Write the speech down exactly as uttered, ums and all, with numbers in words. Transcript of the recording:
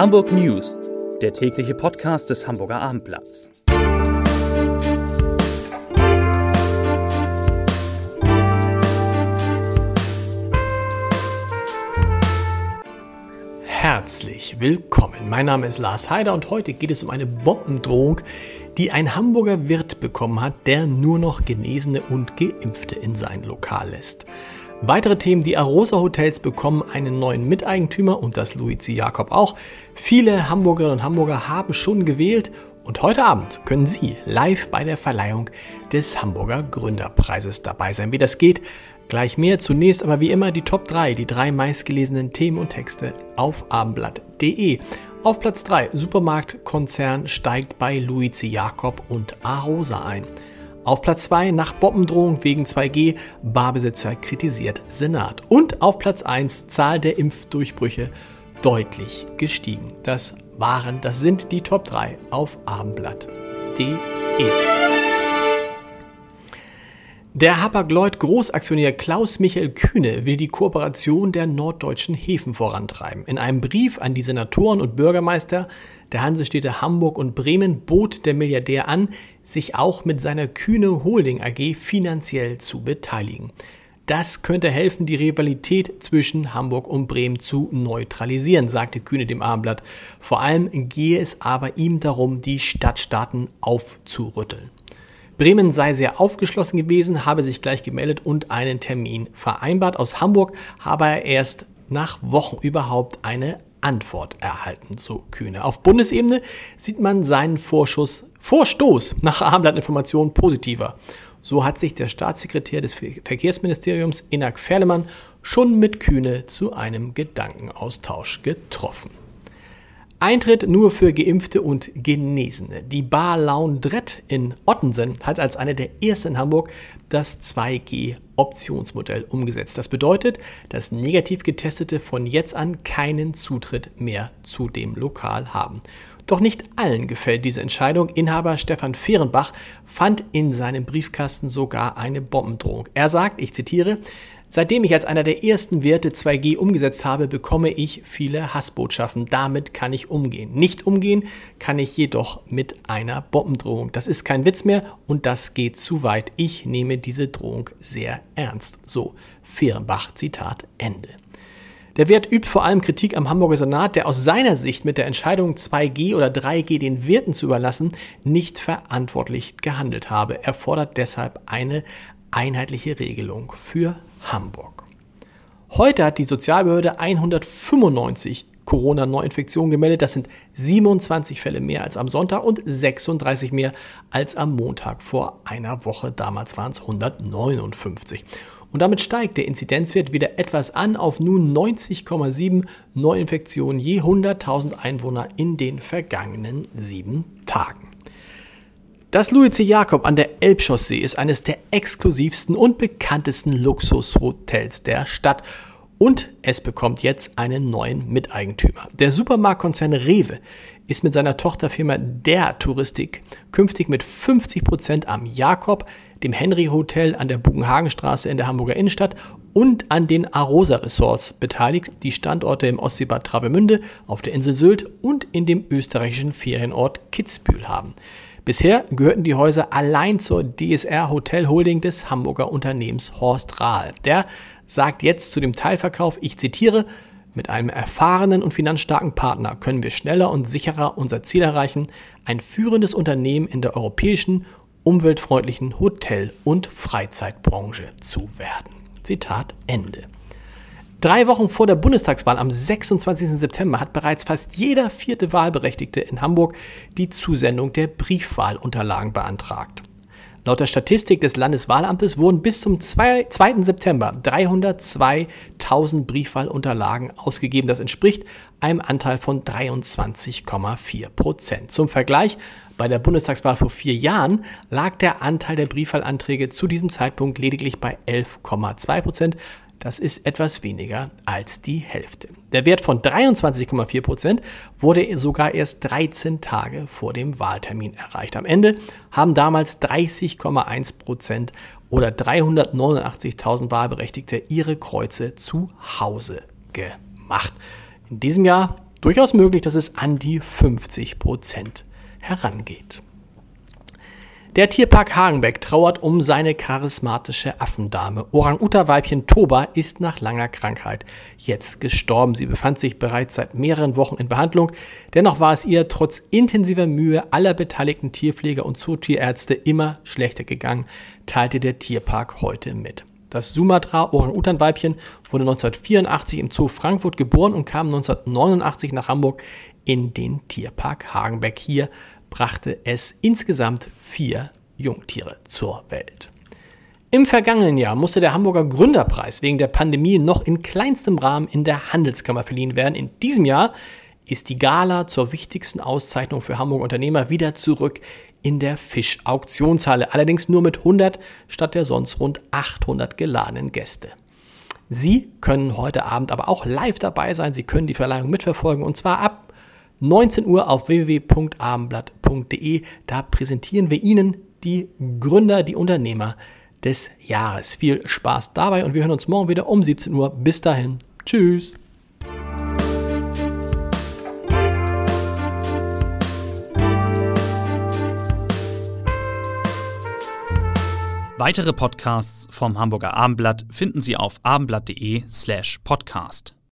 Hamburg News, der tägliche Podcast des Hamburger Abendblatts. Herzlich willkommen. Mein Name ist Lars Heider und heute geht es um eine Bombendrohung, die ein Hamburger Wirt bekommen hat, der nur noch Genesene und Geimpfte in sein Lokal lässt. Weitere Themen: Die Arosa Hotels bekommen einen neuen Miteigentümer und das Luizi Jakob auch. Viele Hamburgerinnen und Hamburger haben schon gewählt und heute Abend können Sie live bei der Verleihung des Hamburger Gründerpreises dabei sein. Wie das geht, gleich mehr. Zunächst aber wie immer die Top drei, die drei meistgelesenen Themen und Texte auf abendblatt punkt de. Auf Platz drei, Supermarktkonzern steigt bei Luizi Jakob und Arosa ein. Auf Platz zwei, nach Bombendrohung wegen zwei G, Barbesitzer kritisiert Senat. Und auf Platz eins, Zahl der Impfdurchbrüche deutlich gestiegen. Das waren, das sind die Top drei auf abendblatt punkt de. Der Hapag-Lloyd-Großaktionär Klaus-Michael Kühne will die Kooperation der norddeutschen Häfen vorantreiben. In einem Brief an die Senatoren und Bürgermeister der Hansestädte Hamburg und Bremen bot der Milliardär an, sich auch mit seiner Kühne Holding A G finanziell zu beteiligen. Das könnte helfen, die Rivalität zwischen Hamburg und Bremen zu neutralisieren, sagte Kühne dem Abendblatt. Vor allem gehe es aber ihm darum, die Stadtstaaten aufzurütteln. Bremen sei sehr aufgeschlossen gewesen, habe sich gleich gemeldet und einen Termin vereinbart. Aus Hamburg habe er erst nach Wochen überhaupt eine Antwort erhalten, so Kühne. Auf Bundesebene sieht man seinen Vorschuss, Vorstoß nach Abendblattinformationen positiver. So hat sich der Staatssekretär des Verkehrsministeriums, Inak Ferlemann, schon mit Kühne zu einem Gedankenaustausch getroffen. Eintritt nur für Geimpfte und Genesene. Die Bar Laundrette in Ottensen hat als eine der ersten in Hamburg das zwei G Optionsmodell umgesetzt. Das bedeutet, dass negativ Getestete von jetzt an keinen Zutritt mehr zu dem Lokal haben. Doch nicht allen gefällt diese Entscheidung. Inhaber Stefan Fehrenbach fand in seinem Briefkasten sogar eine Bombendrohung. Er sagt, ich zitiere: Seitdem ich als einer der ersten Werte zwei G umgesetzt habe, bekomme ich viele Hassbotschaften. Damit kann ich umgehen. Nicht umgehen kann ich jedoch mit einer Bombendrohung. Das ist kein Witz mehr und das geht zu weit. Ich nehme diese Drohung sehr ernst. So Fehrenbach, Zitat Ende. Der Wirt übt vor allem Kritik am Hamburger Senat, der aus seiner Sicht mit der Entscheidung zwei G oder drei G den Wirten zu überlassen, nicht verantwortlich gehandelt habe. Er fordert deshalb eine einheitliche Regelung für Hamburg. Heute hat die Sozialbehörde hundertfünfundneunzig Corona-Neuinfektionen gemeldet. Das sind siebenundzwanzig Fälle mehr als am Sonntag und sechsunddreißig mehr als am Montag vor einer Woche. Damals waren es hundertneunundfünfzig. Und damit steigt der Inzidenzwert wieder etwas an auf nun neunzig Komma sieben Neuinfektionen je hunderttausend Einwohner in den vergangenen sieben Tagen. Das Luizi Jakob an der Elbchaussee ist eines der exklusivsten und bekanntesten Luxushotels der Stadt und es bekommt jetzt einen neuen Miteigentümer. Der Supermarktkonzern Rewe ist mit seiner Tochterfirma Der Touristik künftig mit fünfzig Prozent am Jakob, dem Henry Hotel an der Bugenhagenstraße in der Hamburger Innenstadt und an den Arosa Resorts beteiligt, die Standorte im Ostseebad Travemünde, auf der Insel Sylt und in dem österreichischen Ferienort Kitzbühel haben. Bisher gehörten die Häuser allein zur D S R Hotel Holding des Hamburger Unternehmens Horst Rahl. Der sagt jetzt zu dem Teilverkauf, ich zitiere: Mit einem erfahrenen und finanzstarken Partner können wir schneller und sicherer unser Ziel erreichen, ein führendes Unternehmen in der europäischen, umweltfreundlichen Hotel- und Freizeitbranche zu werden. Zitat Ende. Drei Wochen vor der Bundestagswahl am sechsundzwanzigsten September hat bereits fast jeder vierte Wahlberechtigte in Hamburg die Zusendung der Briefwahlunterlagen beantragt. Laut der Statistik des Landeswahlamtes wurden bis zum zweiten September dreihundertzweitausend Briefwahlunterlagen ausgegeben. Das entspricht einem Anteil von dreiundzwanzig Komma vier Prozent. Zum Vergleich, bei der Bundestagswahl vor vier Jahren lag der Anteil der Briefwahlanträge zu diesem Zeitpunkt lediglich bei elf Komma zwei Prozent. Das ist etwas weniger als die Hälfte. Der Wert von dreiundzwanzig Komma vier Prozent wurde sogar erst dreizehn Tage vor dem Wahltermin erreicht. Am Ende haben damals dreißig Komma eins Prozent oder dreihundertneunundachtzigtausend Wahlberechtigte ihre Kreuze zu Hause gemacht. In diesem Jahr durchaus möglich, dass es an die fünfzig Prozent herangeht. Der Tierpark Hagenbeck trauert um seine charismatische Affendame. Orang-Utan-Weibchen Toba ist nach langer Krankheit jetzt gestorben. Sie befand sich bereits seit mehreren Wochen in Behandlung. Dennoch war es ihr trotz intensiver Mühe aller beteiligten Tierpfleger und Zootierärzte immer schlechter gegangen, teilte der Tierpark heute mit. Das Sumatra-Orang-Utan-Weibchen wurde neunzehnhundertvierundachtzig im Zoo Frankfurt geboren und kam neunzehnhundertneunundachtzig nach Hamburg in den Tierpark Hagenbeck. Hier brachte es insgesamt vier Jungtiere zur Welt. Im vergangenen Jahr musste der Hamburger Gründerpreis wegen der Pandemie noch in kleinstem Rahmen in der Handelskammer verliehen werden. In diesem Jahr ist die Gala zur wichtigsten Auszeichnung für Hamburger Unternehmer wieder zurück in der Fisch-Auktionshalle, allerdings nur mit hundert statt der sonst rund achthundert geladenen Gäste. Sie können heute Abend aber auch live dabei sein. Sie können die Verleihung mitverfolgen und zwar ab neunzehn Uhr auf w w w punkt abendblatt punkt d e. Da präsentieren wir Ihnen die Gründer, die Unternehmer des Jahres. Viel Spaß dabei und wir hören uns morgen wieder um siebzehn Uhr. Bis dahin. Tschüss. Weitere Podcasts vom Hamburger Abendblatt finden Sie auf abendblatt punkt de slash podcast.